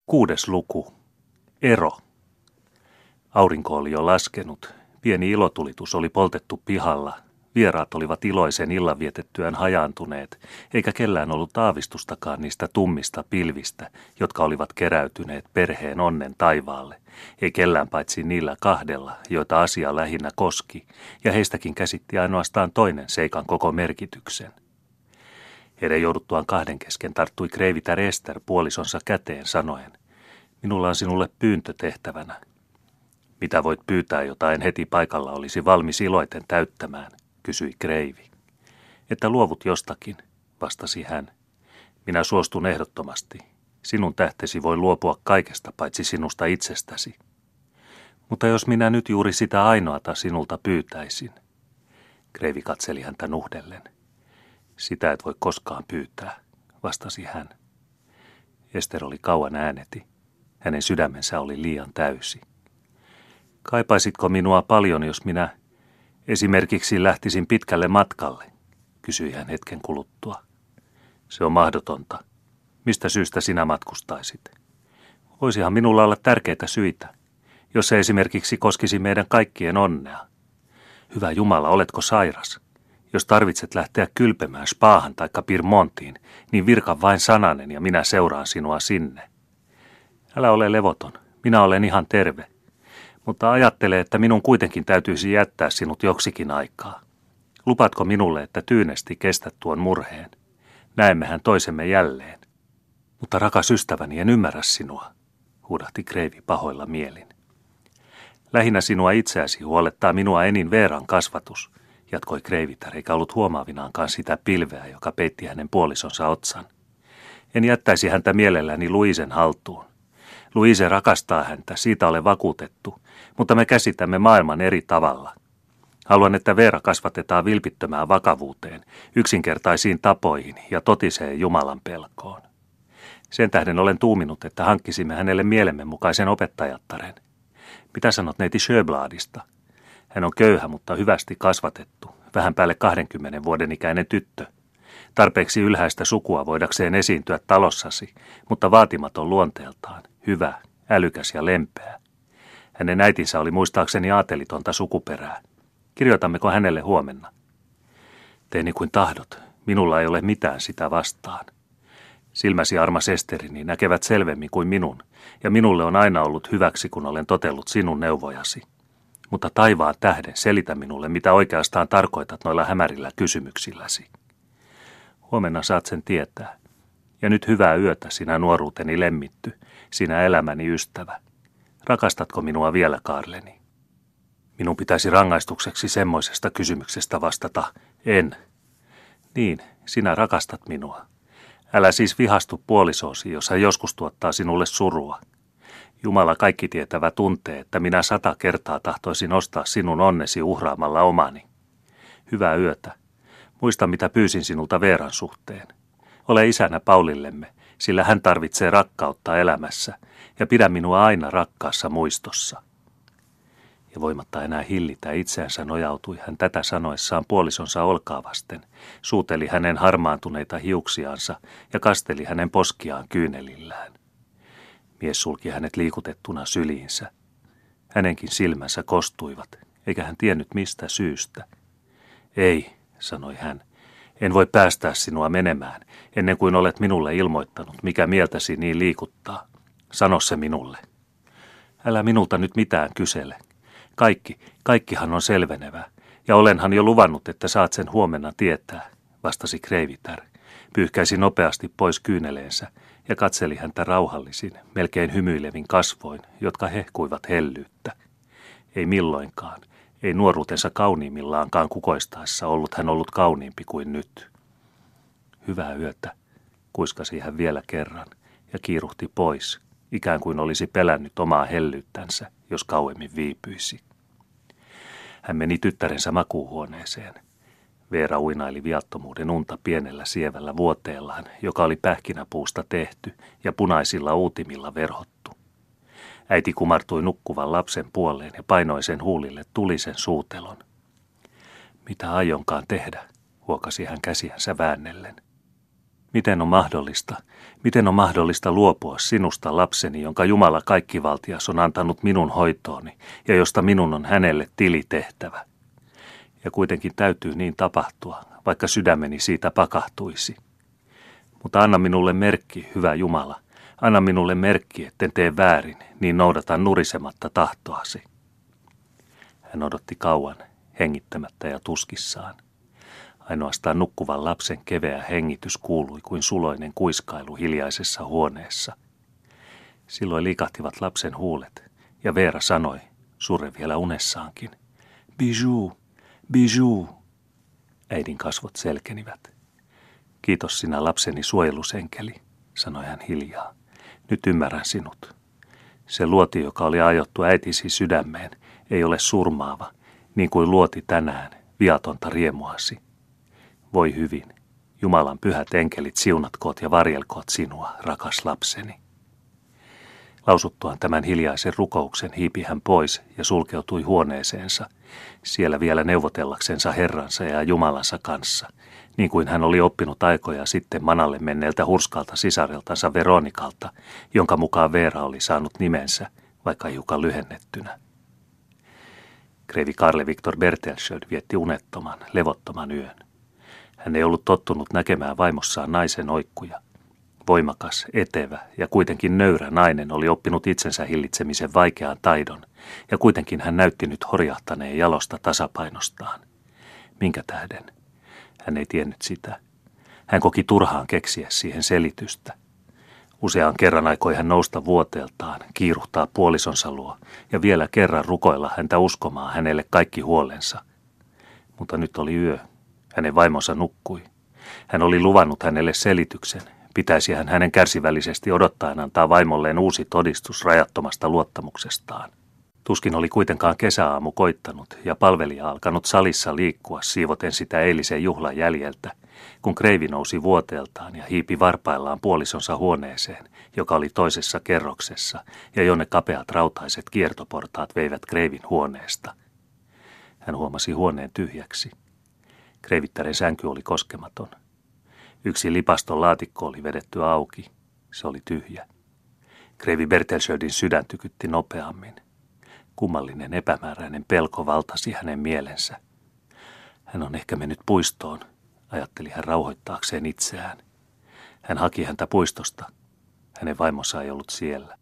6. luku. Ero. Aurinko oli jo laskenut. Pieni ilotulitus oli poltettu pihalla. Vieraat olivat iloisen illan vietettyään hajaantuneet, eikä kellään ollut aavistustakaan niistä tummista pilvistä, jotka olivat keräytyneet perheen onnen taivaalle, ei kellään paitsi niillä kahdella, joita asia lähinnä koski, ja heistäkin käsitti ainoastaan toinen seikan koko merkityksen. Heidän jouduttuaan kahden kesken tarttui kreivitär Ester puolisonsa käteen sanoen, minulla on sinulle pyyntö tehtävänä. Mitä voit pyytää, jota en heti paikalla olisi valmis iloiten täyttämään, kysyi kreivi. Että luovut jostakin, vastasi hän. Minä suostun ehdottomasti. Sinun tähtesi voi luopua kaikesta paitsi sinusta itsestäsi. Mutta jos minä nyt juuri sitä ainoata sinulta pyytäisin. Kreivi katseli häntä nuhdellen. Sitä et voi koskaan pyytää, vastasi hän. Ester oli kauan ääneti. Hänen sydämensä oli liian täysi. Kaipaisitko minua paljon, jos minä esimerkiksi lähtisin pitkälle matkalle, kysyi hän hetken kuluttua. Se on mahdotonta. Mistä syystä sinä matkustaisit? Voisihan minulla olla tärkeitä syitä, jos se esimerkiksi koskisi meidän kaikkien onnea. Hyvä Jumala, oletko sairas? Jos tarvitset lähteä kylpemään Spaahan tai Pirmontiin, niin virka vain sananen ja minä seuraan sinua sinne. Älä ole levoton, minä olen ihan terve. Mutta ajattele, että minun kuitenkin täytyisi jättää sinut joksikin aikaa. Lupatko minulle, että tyynesti kestät tuon murheen? Näemmehän toisemme jälleen. Mutta rakas ystäväni, en ymmärrä sinua, huudahti kreivi pahoilla mielin. Lähinnä sinua itseäsi huolettaa minua enin Veeran kasvatus, jatkoi kreivitär, eikä ollut huomaavinaankaan sitä pilveä, joka peitti hänen puolisonsa otsan. En jättäisi häntä mielelläni Luisen haltuun. Luise rakastaa häntä, siitä olen vakuutettu, mutta me käsitämme maailman eri tavalla. Haluan, että Veera kasvatetaan vilpittömään vakavuuteen, yksinkertaisiin tapoihin ja totiseen Jumalan pelkoon. Sen tähden olen tuuminut, että hankkisimme hänelle mielemme mukaisen opettajattaren. Mitä sanot neiti Sjöbladista? Hän on köyhä, mutta hyvästi kasvatettu, vähän päälle 20 vuoden ikäinen tyttö. Tarpeeksi ylhäistä sukua voidakseen esiintyä talossasi, mutta vaatimaton luonteeltaan, hyvä, älykäs ja lempeä. Hänen äitinsä oli muistaakseni aatelitonta sukuperää. Kirjoitammeko hänelle huomenna? Tee niin kuin tahdot, minulla ei ole mitään sitä vastaan. Silmäsi armas Esterini näkevät selvemmin kuin minun, ja minulle on aina ollut hyväksi, kun olen totellut sinun neuvojasi. Mutta taivaan tähden selitä minulle, mitä oikeastaan tarkoitat noilla hämärillä kysymyksilläsi. Huomenna saat sen tietää. Ja nyt hyvää yötä, sinä nuoruuteni lemmitty, sinä elämäni ystävä. Rakastatko minua vielä, Karleni? Minun pitäisi rangaistukseksi semmoisesta kysymyksestä vastata, en. Niin, sinä rakastat minua. Älä siis vihastu puolisoosi, jos hän joskus tuottaa sinulle surua. Jumala kaikki tietävä tuntee, että minä 100 kertaa tahtoisin ostaa sinun onnesi uhraamalla omani. Hyvää yötä. Muista, mitä pyysin sinulta Veeran suhteen. Ole isänä Paulillemme, sillä hän tarvitsee rakkautta elämässä, ja pidä minua aina rakkaassa muistossa. Ja voimatta enää hillitä itseänsä nojautui hän tätä sanoessaan puolisonsa olkaa vasten, suuteli hänen harmaantuneita hiuksiansa ja kasteli hänen poskiaan kyynelillään. Mies sulki hänet liikutettuna syliinsä. Hänenkin silmänsä kostuivat, eikä hän tiennyt mistä syystä. Ei, sanoi hän, en voi päästää sinua menemään, ennen kuin olet minulle ilmoittanut, mikä mieltäsi niin liikuttaa. Sano se minulle. Älä minulta nyt mitään kysele. Kaikkihan on selvenevä, ja olenhan jo luvannut, että saat sen huomenna tietää, vastasi kreivitär. Pyyhkäisi nopeasti pois kyyneleensä ja katseli häntä rauhallisin, melkein hymyilevin kasvoin, jotka hehkuivat hellyyttä. Ei milloinkaan, ei nuoruutensa kauniimmillaankaan kukoistaessa ollut hän ollut kauniimpi kuin nyt. Hyvää yötä, kuiskasi hän vielä kerran ja kiiruhti pois, ikään kuin olisi pelännyt omaa hellyyttänsä, jos kauemmin viipyisi. Hän meni tyttärensä makuuhuoneeseen. Veera uinaili viattomuuden unta pienellä sievällä vuoteellaan, joka oli pähkinäpuusta tehty ja punaisilla uutimilla verhottu. Äiti kumartui nukkuvan lapsen puoleen ja painoi sen huulille tulisen suutelon. Mitä aionkaan tehdä, huokasi hän käsiänsä väännellen. Miten on mahdollista luopua sinusta lapseni, jonka Jumala kaikkivaltias on antanut minun hoitooni ja josta minun on hänelle tili tehtävä? Ja kuitenkin täytyy niin tapahtua, vaikka sydämeni siitä pakahtuisi. Mutta anna minulle merkki, hyvä Jumala, anna minulle merkki, etten tee väärin, niin noudatan nurisematta tahtoasi. Hän odotti kauan, hengittämättä ja tuskissaan. Ainoastaan nukkuvan lapsen keveä hengitys kuului kuin suloinen kuiskailu hiljaisessa huoneessa. Silloin liikahtivat lapsen huulet, ja Veera sanoi, surre vielä unessaankin, Bijou, Bijou. Äidin kasvot selkenivät. Kiitos sinä lapseni suojelusenkeli, sanoi hän hiljaa. Nyt ymmärrän sinut. Se luoti, joka oli aiottu äitisi sydämeen, ei ole surmaava, niin kuin luoti tänään, viatonta riemuasi. Voi hyvin, Jumalan pyhät enkelit siunatkoot ja varjelkoot sinua, rakas lapseni. Lausuttuaan tämän hiljaisen rukouksen hiipi hän pois ja sulkeutui huoneeseensa, siellä vielä neuvotellaksensa Herransa ja Jumalansa kanssa, niin kuin hän oli oppinut aikoja sitten manalle menneeltä hurskalta sisareltansa Veronikalta, jonka mukaan Veera oli saanut nimensä, vaikka hiukan lyhennettynä. Kreivi Karle Viktor Bertelschöld vietti unettoman, levottoman yön. Hän ei ollut tottunut näkemään vaimossaan naisen oikkuja. Voimakas, etevä ja kuitenkin nöyrä nainen oli oppinut itsensä hillitsemisen vaikean taidon, ja kuitenkin hän näytti nyt horjahtaneen jalosta tasapainostaan. Minkä tähden? Hän ei tiennyt sitä. Hän koki turhaan keksiä siihen selitystä. Useaan kerran aikoi hän nousta vuoteeltaan, kiiruhtaa puolisonsa luo ja vielä kerran rukoilla häntä uskomaan hänelle kaikki huolensa. Mutta nyt oli yö. Hänen vaimonsa nukkui. Hän oli luvannut hänelle selityksen. Pitäisi hän hänen kärsivällisesti odottaen antaa vaimolleen uusi todistus rajattomasta luottamuksestaan. Tuskin oli kuitenkaan kesäaamu koittanut ja palvelija alkanut salissa liikkua siivoten sitä eilisen juhlan jäljeltä, kun kreivi nousi vuoteeltaan ja hiipi varpaillaan puolisonsa huoneeseen, joka oli toisessa kerroksessa ja jonne kapeat rautaiset kiertoportaat veivät kreivin huoneesta. Hän huomasi huoneen tyhjäksi. Kreivittären sänky oli koskematon. Yksi lipaston laatikko oli vedetty auki. Se oli tyhjä. Kreivi Bertelschöldin sydän tykytti nopeammin. Kummallinen epämääräinen pelko valtasi hänen mielensä. Hän on ehkä mennyt puistoon, ajatteli hän rauhoittaakseen itseään. Hän haki häntä puistosta. Hänen vaimonsa ei ollut siellä.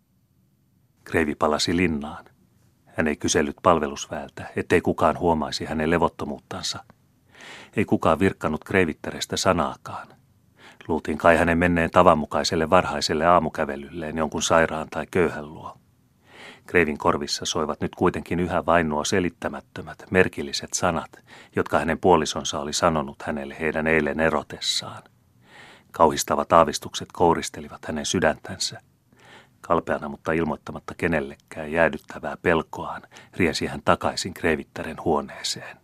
Kreivi palasi linnaan. Hän ei kysellyt palvelusväeltä, ettei kukaan huomaisi hänen levottomuuttansa. Ei kukaan virkkanut Kreivittärestä sanaakaan. Luultiin kai hänen menneen tavanmukaiselle varhaiselle aamukävelylleen jonkun sairaan tai köyhän luo. Kreivin korvissa soivat nyt kuitenkin yhä vain nuo selittämättömät, merkilliset sanat, jotka hänen puolisonsa oli sanonut hänelle heidän eilen erotessaan. Kauhistavat aavistukset kouristelivat hänen sydäntänsä. Kalpeana, mutta ilmoittamatta kenellekään jäädyttävää pelkoaan, riensi hän takaisin Kreivittären huoneeseen.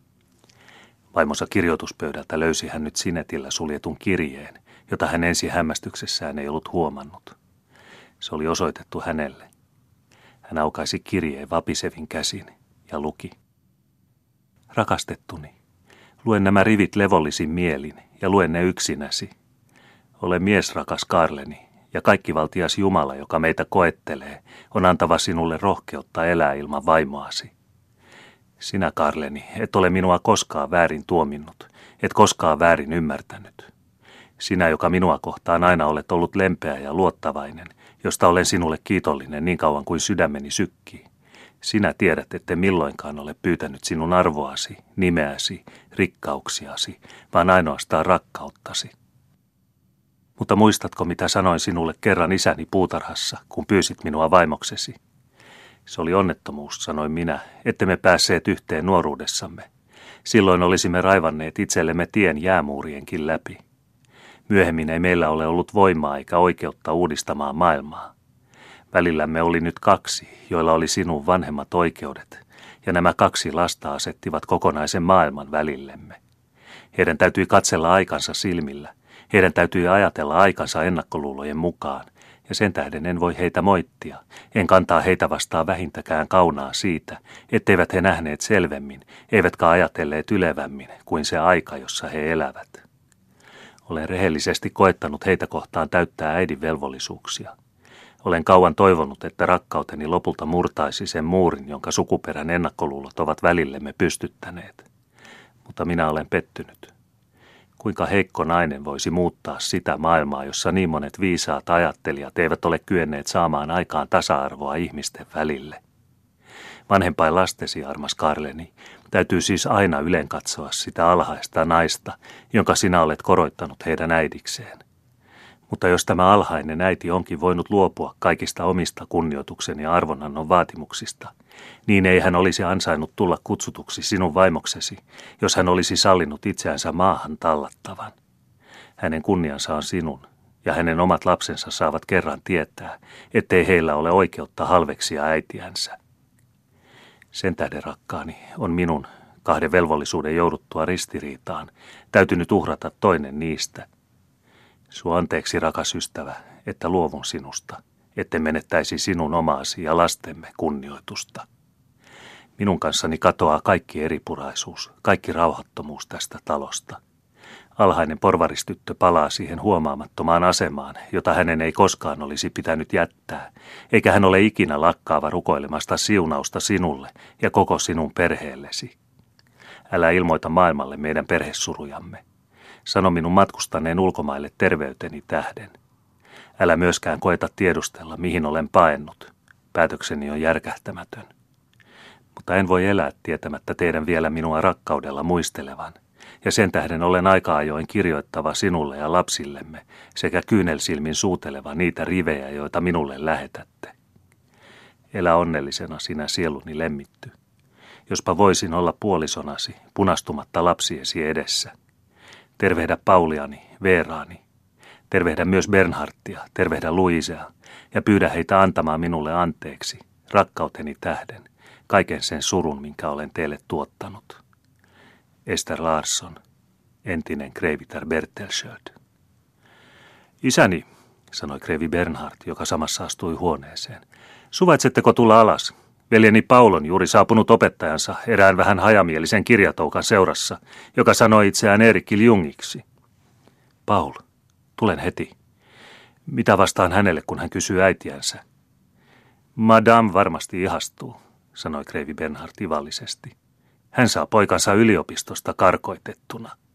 Vaimonsa kirjoituspöydältä löysi hän nyt sinetillä suljetun kirjeen, jota hän ensi hämmästyksessään ei ollut huomannut. Se oli osoitettu hänelle. Hän aukaisi kirjeen vapisevin käsin ja luki. Rakastettuni, luen nämä rivit levollisin mielin ja luen ne yksinäsi. Ole mies, rakas Karleni, ja kaikkivaltias Jumala, joka meitä koettelee, on antava sinulle rohkeutta elää ilman vaimoasi. Sinä, Karleni, et ole minua koskaan väärin tuominnut, et koskaan väärin ymmärtänyt. Sinä, joka minua kohtaan aina olet ollut lempeä ja luottavainen, josta olen sinulle kiitollinen niin kauan kuin sydämeni sykkii. Sinä tiedät, etten milloinkaan ole pyytänyt sinun arvoasi, nimeäsi, rikkauksiasi, vaan ainoastaan rakkauttasi. Mutta muistatko, mitä sanoin sinulle kerran isäni puutarhassa, kun pyysit minua vaimoksesi? Se oli onnettomuus, sanoin minä, ettemme päässeet yhteen nuoruudessamme. Silloin olisimme raivanneet itsellemme tien jäämuurienkin läpi. Myöhemmin ei meillä ole ollut voimaa eikä oikeutta uudistamaan maailmaa. Välillämme oli nyt kaksi, joilla oli sinun vanhemmat oikeudet, ja nämä kaksi lasta asettivat kokonaisen maailman välillemme. Heidän täytyi katsella aikansa silmillä, heidän täytyi ajatella aikansa ennakkoluulojen mukaan, ja sen tähden en voi heitä moittia, en kantaa heitä vastaan vähintäkään kaunaa siitä, etteivät he nähneet selvemmin, eivätkä ajatelleet ylevämmin kuin se aika, jossa he elävät. Olen rehellisesti koettanut heitä kohtaan täyttää äidin velvollisuuksia. Olen kauan toivonut, että rakkauteni lopulta murtaisi sen muurin, jonka sukuperän ennakkoluulot ovat välillemme pystyttäneet. Mutta minä olen pettynyt. Kuinka heikko nainen voisi muuttaa sitä maailmaa, jossa niin monet viisaat ajattelijat eivät ole kyenneet saamaan aikaan tasa-arvoa ihmisten välille? Vanhempain lastesi, armas Karleni, täytyy siis aina ylen katsoa sitä alhaista naista, jonka sinä olet koroittanut heidän äidikseen. Mutta jos tämä alhainen äiti onkin voinut luopua kaikista omista kunnioituksen ja arvonannon vaatimuksista, niin ei hän olisi ansainnut tulla kutsutuksi sinun vaimoksesi, jos hän olisi sallinut itseänsä maahan tallattavan. Hänen kunniansa on sinun, ja hänen omat lapsensa saavat kerran tietää, ettei heillä ole oikeutta halveksia äitiänsä. Sen tähden, rakkaani, on minun, kahden velvollisuuden jouduttua ristiriitaan, täytynyt uhrata toinen niistä. Sua anteeksi, rakas ystävä, että luovun sinusta, etten menettäisi sinun omaasi ja lastemme kunnioitusta. Minun kanssani katoaa kaikki eripuraisuus, kaikki rauhattomuus tästä talosta. Alhainen porvaristyttö palaa siihen huomaamattomaan asemaan, jota hänen ei koskaan olisi pitänyt jättää, eikä hän ole ikinä lakkaava rukoilemasta siunausta sinulle ja koko sinun perheellesi. Älä ilmoita maailmalle meidän perhesurujamme. Sano minun matkustaneen ulkomaille terveyteni tähden. Älä myöskään koeta tiedustella, mihin olen paennut. Päätökseni on järkähtämätön. Mutta en voi elää tietämättä teidän vielä minua rakkaudella muistelevan, ja sen tähden olen aika ajoin kirjoittava sinulle ja lapsillemme sekä kyynelsilmin suuteleva niitä rivejä, joita minulle lähetätte. Elä onnellisena sinä sieluni lemmitty. Jospa voisin olla puolisonasi, punastumatta lapsiesi edessä. Tervehdä Pauliani, Veeraani. Tervehdä myös Bernhardtia, tervehdä Luisea ja pyydä heitä antamaan minulle anteeksi, rakkauteni tähden, kaiken sen surun, minkä olen teille tuottanut. Ester Larsson, entinen kreivitar Bertelschöld. Isäni, sanoi kreivi Bernhard, joka samassa astui huoneeseen. Suvaitsetteko tulla alas? Veljeni Paul on juuri saapunut opettajansa erään vähän hajamielisen kirjatoukan seurassa, joka sanoi itseään Erikki Ljungiksi. Paul, tulen heti. Mitä vastaan hänelle, kun hän kysyy äitiänsä? Madame varmasti ihastuu, sanoi kreivi Bernhard ivallisesti. Hän saa poikansa yliopistosta karkoitettuna.